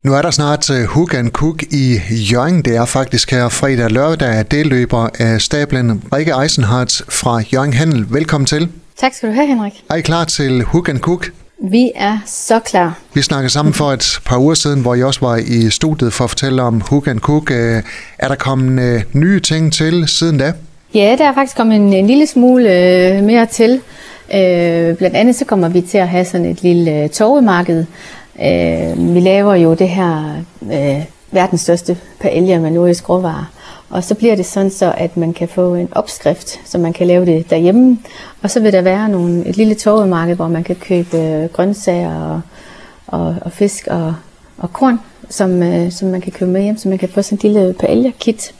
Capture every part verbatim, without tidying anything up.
Nu er der snart Hook and Cook i Hjørring. Det er faktisk her fredag og lørdag, at det løber af stablen. Rikke Eisenhardt fra Hjørring Handel. Velkommen til. Tak skal du have, Henrik. Er I klar til Hook and Cook? Vi er så klar. Vi snakkede sammen for et par uger siden, hvor I også var i studiet for at fortælle om Hook and Cook. Er der kommet nye ting til siden da? Ja, der er faktisk kommet en, en lille smule øh, mere til. Øh, blandt andet så kommer vi til at have sådan et lille øh, torvemarked. Øh, vi laver jo det her øh, verdens største paella med nordjysk råvarer. Og så bliver det sådan så, at man kan få en opskrift, så man kan lave det derhjemme. Og så vil der være nogle, et lille torvemarked, hvor man kan købe øh, grøntsager og, og, og fisk og, og korn, som, øh, som man kan købe med hjem, så man kan få sådan en lille paella-kit.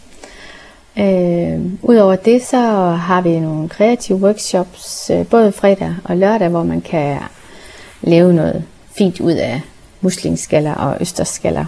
Øh, Udover det, så har vi nogle kreative workshops, øh, både fredag og lørdag, hvor man kan lave noget fint ud af muslingskaller og østersskaller.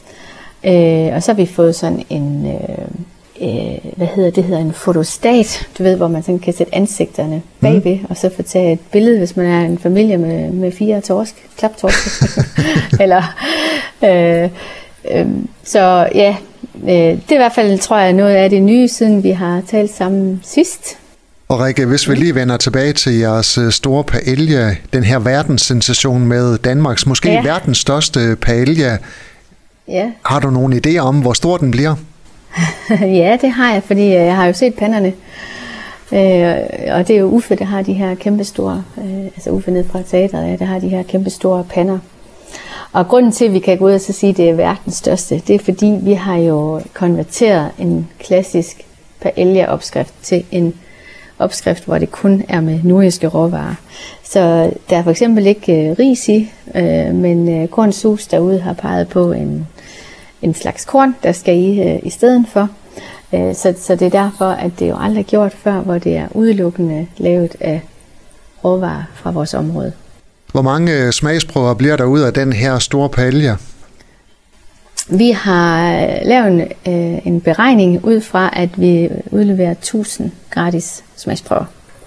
Øh, og så har vi fået sådan en, øh, øh, hvad hedder det, hedder en fotostat, du ved, hvor man sådan kan sætte ansigterne bagved, mm. og så få taget et billede, hvis man er en familie med, med fire torsk, klaptorsk. Eller, øh, øh, så ja, øh, det er i hvert fald, tror jeg, noget af det nye, siden vi har talt sammen sidst. Og Rikke, hvis vi lige vender tilbage til jeres store paella, den her verdenssensation med Danmarks, måske ja. verdens største paella. Ja. Har du nogle idéer om, hvor stor den bliver? Ja, det har jeg, fordi jeg har jo set panderne. Øh, og det er jo Uffe, der har de her kæmpe store, øh, altså Uffe ned fra teateret, ja, der har de her kæmpe store pander. Og grunden til, at vi kan gå ud og så sige, at det er verdens største, det er fordi, vi har jo konverteret en klassisk paella-opskrift til en opskrift, hvor det kun er med nordjyske råvarer. Så der er for eksempel ikke øh, ris i, øh, men øh, kornsus derude har peget på en, en slags korn, der skal i øh, i stedet for. Øh, så, så det er derfor, at det jo aldrig er gjort før, hvor det er udelukkende lavet af råvarer fra vores område. Hvor mange smagsprøver bliver der ud af den her store paella? Vi har lavet en, øh, en beregning ud fra, at vi udleverer tusind gratis smagsprøver.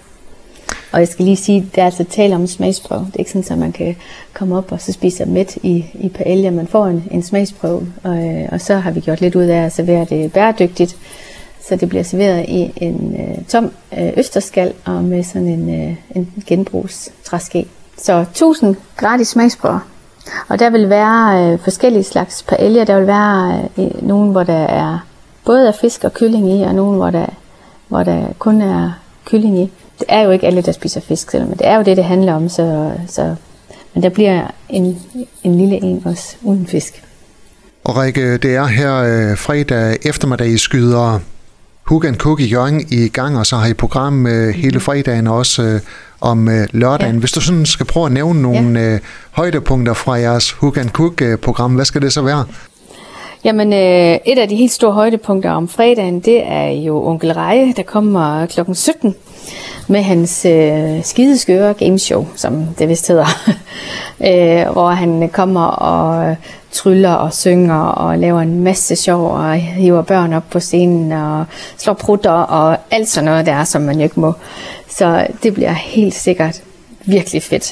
Og jeg skal lige sige, at der er altså tale om en smagsprøve. Det er ikke sådan, at man kan komme op og så spise sig mæt i, i paella. Man får en, en smagsprøve, og, øh, og så har vi gjort lidt ud af at servere det bæredygtigt. Så det bliver serveret i en øh, tom øh, østerskal og med sådan en, øh, en genbrugstræske. Så tusind gratis smagsprøver. Og der vil være øh, forskellige slags paella. Der vil være øh, nogle, hvor der er både er fisk og kylling i, og nogle, hvor der, hvor der kun er kylling i. Det er jo ikke alle, der spiser fisk, selvom det er jo det, det handler om. Så, så, men der bliver en, en lille en også uden fisk. Og Rikke, det er her øh, fredag eftermiddag, I skyder Hook and Cook i Hjørring i gang, og så har I program øh, hele fredagen også øh, om øh, lørdagen. Ja. Hvis du sådan skal prøve at nævne nogle ja. øh, højdepunkter fra jeres Hook and Cook-program, hvad skal det så være? Jamen, øh, et af de helt store højdepunkter om fredagen, det er jo Onkel Reje, der kommer klokken sytten med hans øh, skideskøre gameshow, som det vist hedder, øh, hvor han kommer og tryller og synger og laver en masse sjov og hiver børn op på scenen og slår prutter og alt sådan noget der, som man jo ikke må. Så det bliver helt sikkert virkelig fedt.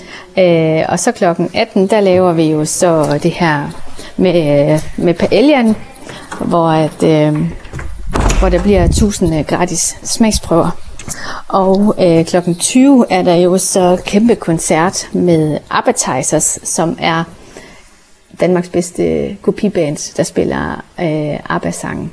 Øh, og så klokken atten, der laver vi jo så det her med, med paellaen, hvor, at, øh, hvor der bliver tusind gratis smagsprøver. Og øh, klokken tyve er der jo så kæmpe koncert med Appetizers, som er Danmarks bedste kopiband, der spiller øh, ABBA-sange.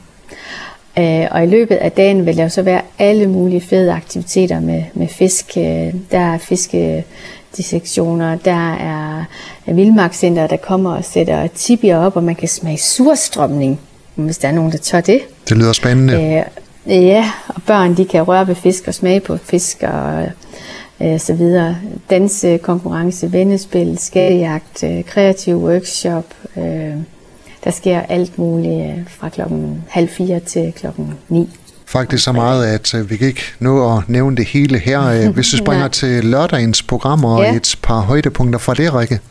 Øh, og i løbet af dagen vil der jo så være alle mulige fede aktiviteter med, med fisk. Der er fiskedissektioner, der er vildmarkscenter, der kommer og sætter tibier op, og man kan smage surstrømning, hvis der er nogen, der tør det. Det lyder spændende. Øh, ja, og børn de kan røre ved fisk og smage på fisk og øh, så videre. Dansekonkurrence, vennespil, skættejagt, øh, kreativ workshop. Øh, der sker alt muligt øh, fra klokken halv fire til klokken ni. Faktisk så meget, at vi kan ikke nå at nævne det hele her. Hvis du springer til lørdagens program og ja. et par højdepunkter fra det, Rikke.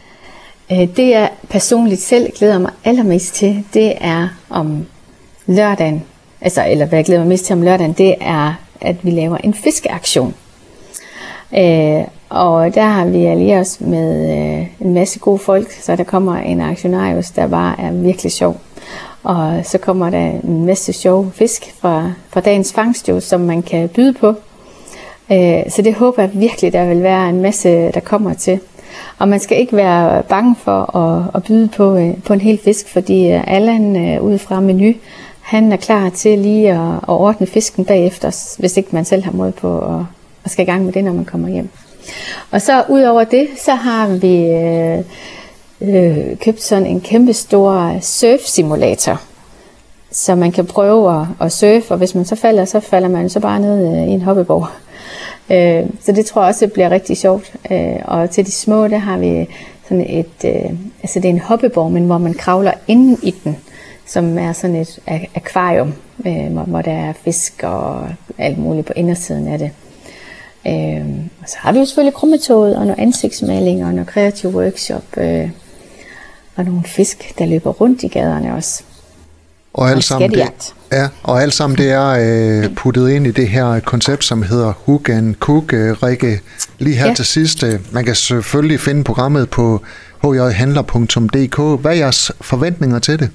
Det jeg personligt selv glæder mig allermest til, det er om lørdagen, altså, eller hvad jeg glæder mig mest til om lørdagen, det er, at vi laver en fiskeaktion. Øh, Og der har vi allieret os med øh, en masse gode folk, så der kommer en aktionarius, der bare er virkelig sjov. Og så kommer der en masse sjove fisk fra, fra dagens fangst, jo, som man kan byde på. Øh, så det håber jeg virkelig, der vil være en masse, der kommer til. Og man skal ikke være bange for at, at byde på, øh, på en hel fisk, fordi Allan øh, ud fra menu, han er klar til lige at, at ordne fisken bagefter, hvis ikke man selv har mod på at, at skal i gang med det, når man kommer hjem. Og så ud over det, så har vi øh, øh, købt sådan en kæmpe stor surf-simulator, så man kan prøve at, at surfe, og hvis man så falder, så falder man så bare ned øh, i en hoppeborg. Øh, så det tror jeg også bliver rigtig sjovt. Øh, og til de små, der har vi sådan et, øh, altså det er en hoppeborg, men hvor man kravler inde i den, som er sådan et akvarium, øh, hvor, hvor der er fisk og alt muligt på indersiden af det. Øh, og så har vi jo selvfølgelig krummetoget og noget ansigtsmaling og noget kreativ workshop øh, og nogle fisk, der løber rundt i gaderne også. Og alt sammen det, ja, og alt sammen det er øh, puttet ind i det her koncept, som hedder Hook and Cook. Øh, Rikke, lige her ja. til sidst, øh, man kan selvfølgelig finde programmet på h j handler punktum d k. Hvad er jeres forventninger til det?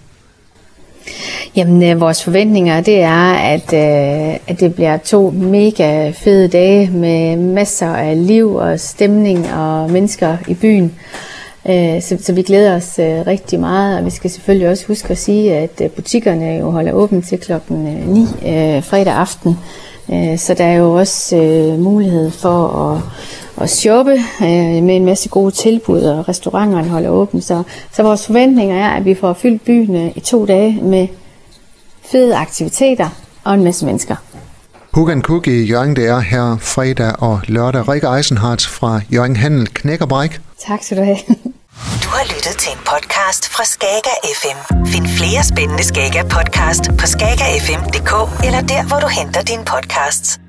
Jamen, øh, vores forventninger, det er, at, øh, at det bliver to mega fede dage med masser af liv og stemning og mennesker i byen. Øh, så, så vi glæder os øh, rigtig meget, og vi skal selvfølgelig også huske at sige, at øh, butikkerne jo holder åbent til klokken ni øh, fredag aften. Øh, så der er jo også øh, mulighed for at, at shoppe øh, med en masse gode tilbud, og restauranterne holder åbent. Så, så vores forventninger er, at vi får fyldt byen i to dage med fede aktiviteter og en masse mennesker. Hook and Cook i Hjørring, det er her fredag og lørdag. Rikke Eisenhardt fra Hjørring Handel, knæk og bræk. Tak skal du have. Du har lyttet til en podcast fra Skaga F M. Find flere spændende Skaga podcast på skaga f m punktum d k eller der, hvor du henter dine podcasts.